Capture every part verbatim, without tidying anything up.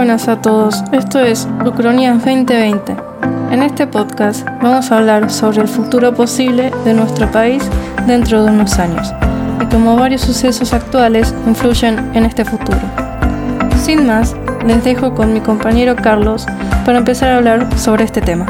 buenas a todos, esto es Ucronías veinte veinte. En este podcast vamos a hablar sobre el futuro posible de nuestro país dentro de unos años y cómo varios sucesos actuales influyen en este futuro. Sin más, les dejo con mi compañero Carlos para empezar a hablar sobre este tema.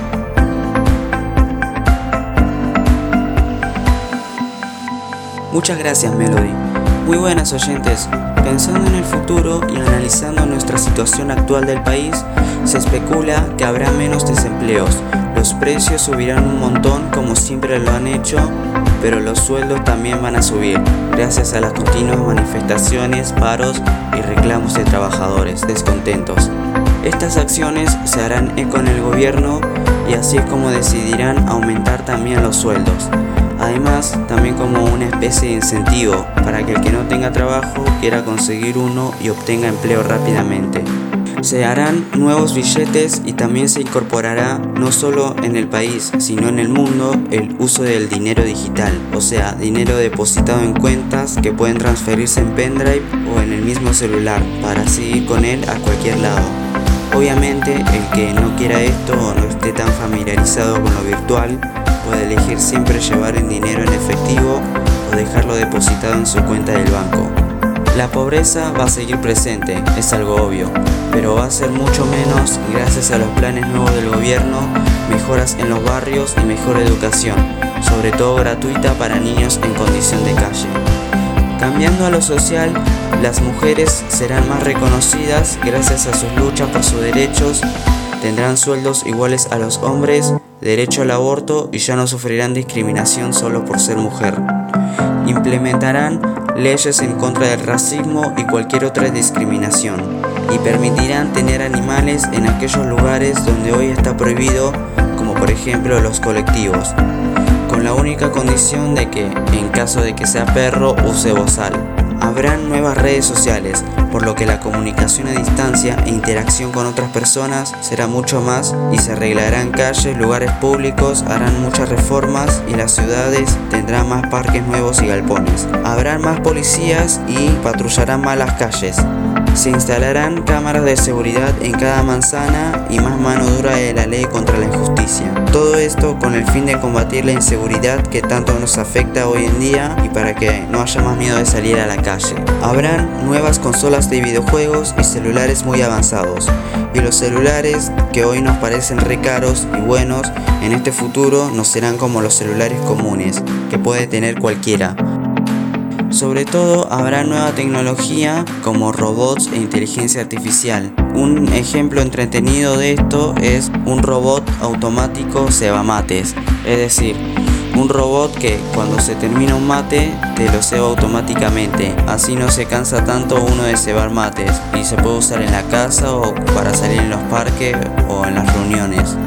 Muchas gracias, Melody. Muy buenas oyentes. Pensando en el futuro y analizando nuestra situación actual del país, se especula que habrá menos desempleos. Los precios subirán un montón como siempre lo han hecho, pero los sueldos también van a subir, gracias a las continuas manifestaciones, paros y reclamos de trabajadores descontentos. Estas acciones se harán eco en el gobierno y así es como decidirán aumentar también los sueldos. Además, también como una especie de incentivo para que el que no tenga trabajo quiera conseguir uno y obtenga empleo rápidamente. Se harán nuevos billetes y también se incorporará no solo en el país, sino en el mundo el uso del dinero digital, o sea, dinero depositado en cuentas que pueden transferirse en pendrive o en el mismo celular para así ir con él a cualquier lado. Obviamente, el que no quiera esto o no esté tan familiarizado con lo virtual, puede elegir siempre llevar el dinero en efectivo o dejarlo depositado en su cuenta del banco. La pobreza va a seguir presente, es algo obvio, pero va a ser mucho menos gracias a los planes nuevos del gobierno, mejoras en los barrios y mejor educación, sobre todo gratuita para niños en condición de calle. Cambiando a lo social, las mujeres serán más reconocidas gracias a sus luchas por sus derechos, tendrán sueldos iguales a los hombres, derecho al aborto y ya no sufrirán discriminación solo por ser mujer. Implementarán leyes en contra del racismo y cualquier otra discriminación y permitirán tener animales en aquellos lugares donde hoy está prohibido, como por ejemplo los colectivos, con la única condición de que, en caso de que sea perro, use bozal. Habrán nuevas redes sociales, por lo que la comunicación a distancia e interacción con otras personas será mucho más y se arreglarán calles, lugares públicos, harán muchas reformas y las ciudades tendrán más parques nuevos y galpones. Habrán más policías y patrullarán más las calles. Se instalarán cámaras de seguridad en cada manzana y más mano dura de la ley contra la injusticia. Todo esto con el fin de combatir la inseguridad que tanto nos afecta hoy en día y para que no haya más miedo de salir a la calle. Habrán nuevas consolas de videojuegos y celulares muy avanzados. Y los celulares que hoy nos parecen re caros y buenos, en este futuro no serán como los celulares comunes que puede tener cualquiera. Sobre todo habrá nueva tecnología como robots e inteligencia artificial. Un ejemplo entretenido de esto es un robot automático cebamates, es decir, un robot que cuando se termina un mate te lo ceba automáticamente, así no se cansa tanto uno de cebar mates y se puede usar en la casa o para salir en los parques o en las reuniones.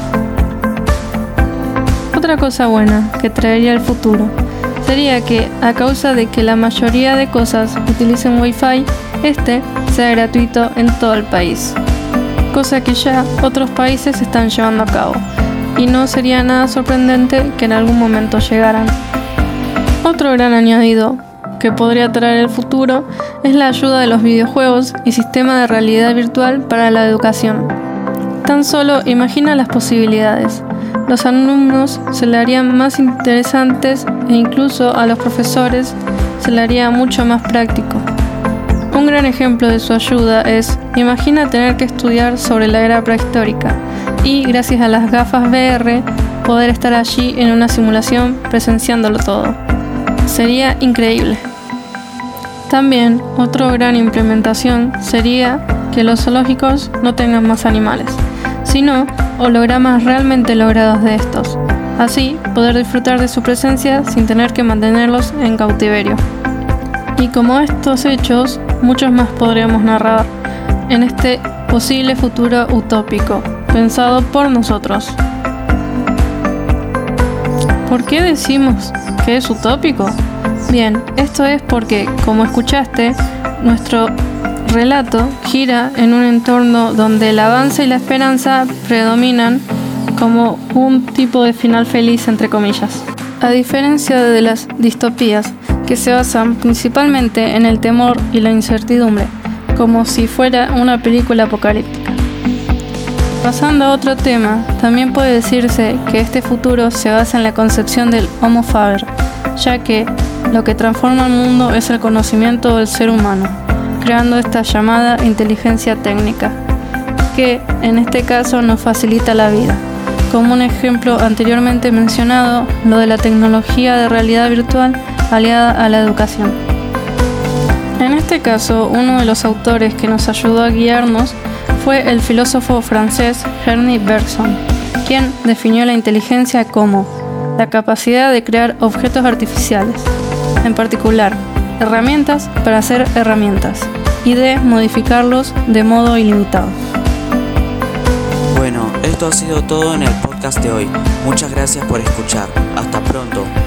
Otra cosa buena que traería el futuro sería que, a causa de que la mayoría de cosas utilicen Wi-Fi, este sea gratuito en todo el país, cosa que ya otros países están llevando a cabo, y no sería nada sorprendente que en algún momento llegaran. Otro gran añadido que podría traer el futuro es la ayuda de los videojuegos y sistemas de realidad virtual para la educación. Tan solo imagina las posibilidades. Los alumnos se le harían más interesantes e incluso a los profesores se le haría mucho más práctico. Un gran ejemplo de su ayuda es, imagina tener que estudiar sobre la era prehistórica y gracias a las gafas V R poder estar allí en una simulación presenciándolo todo. Sería increíble. También otra gran implementación sería que los zoológicos no tengan más animales, sino hologramas realmente logrados de estos, así poder disfrutar de su presencia sin tener que mantenerlos en cautiverio. Y como estos hechos, muchos más podríamos narrar en este posible futuro utópico, pensado por nosotros. ¿Por qué decimos que es utópico? Bien, esto es porque, como escuchaste, nuestro relato gira en un entorno donde el avance y la esperanza predominan como un tipo de final feliz, entre comillas. A diferencia de las distopías, que se basan principalmente en el temor y la incertidumbre, como si fuera una película apocalíptica. Pasando a otro tema, también puede decirse que este futuro se basa en la concepción del Homo Faber, ya que lo que transforma el mundo es el conocimiento del ser humano, creando esta llamada inteligencia técnica, que en este caso nos facilita la vida. Como un ejemplo anteriormente mencionado, lo de la tecnología de realidad virtual aliada a la educación. En este caso, uno de los autores que nos ayudó a guiarnos fue el filósofo francés Henri Bergson, quien definió la inteligencia como la capacidad de crear objetos artificiales, en particular, herramientas para hacer herramientas, y de modificarlos de modo ilimitado. Bueno, esto ha sido todo en el podcast de hoy. Muchas gracias por escuchar. Hasta pronto.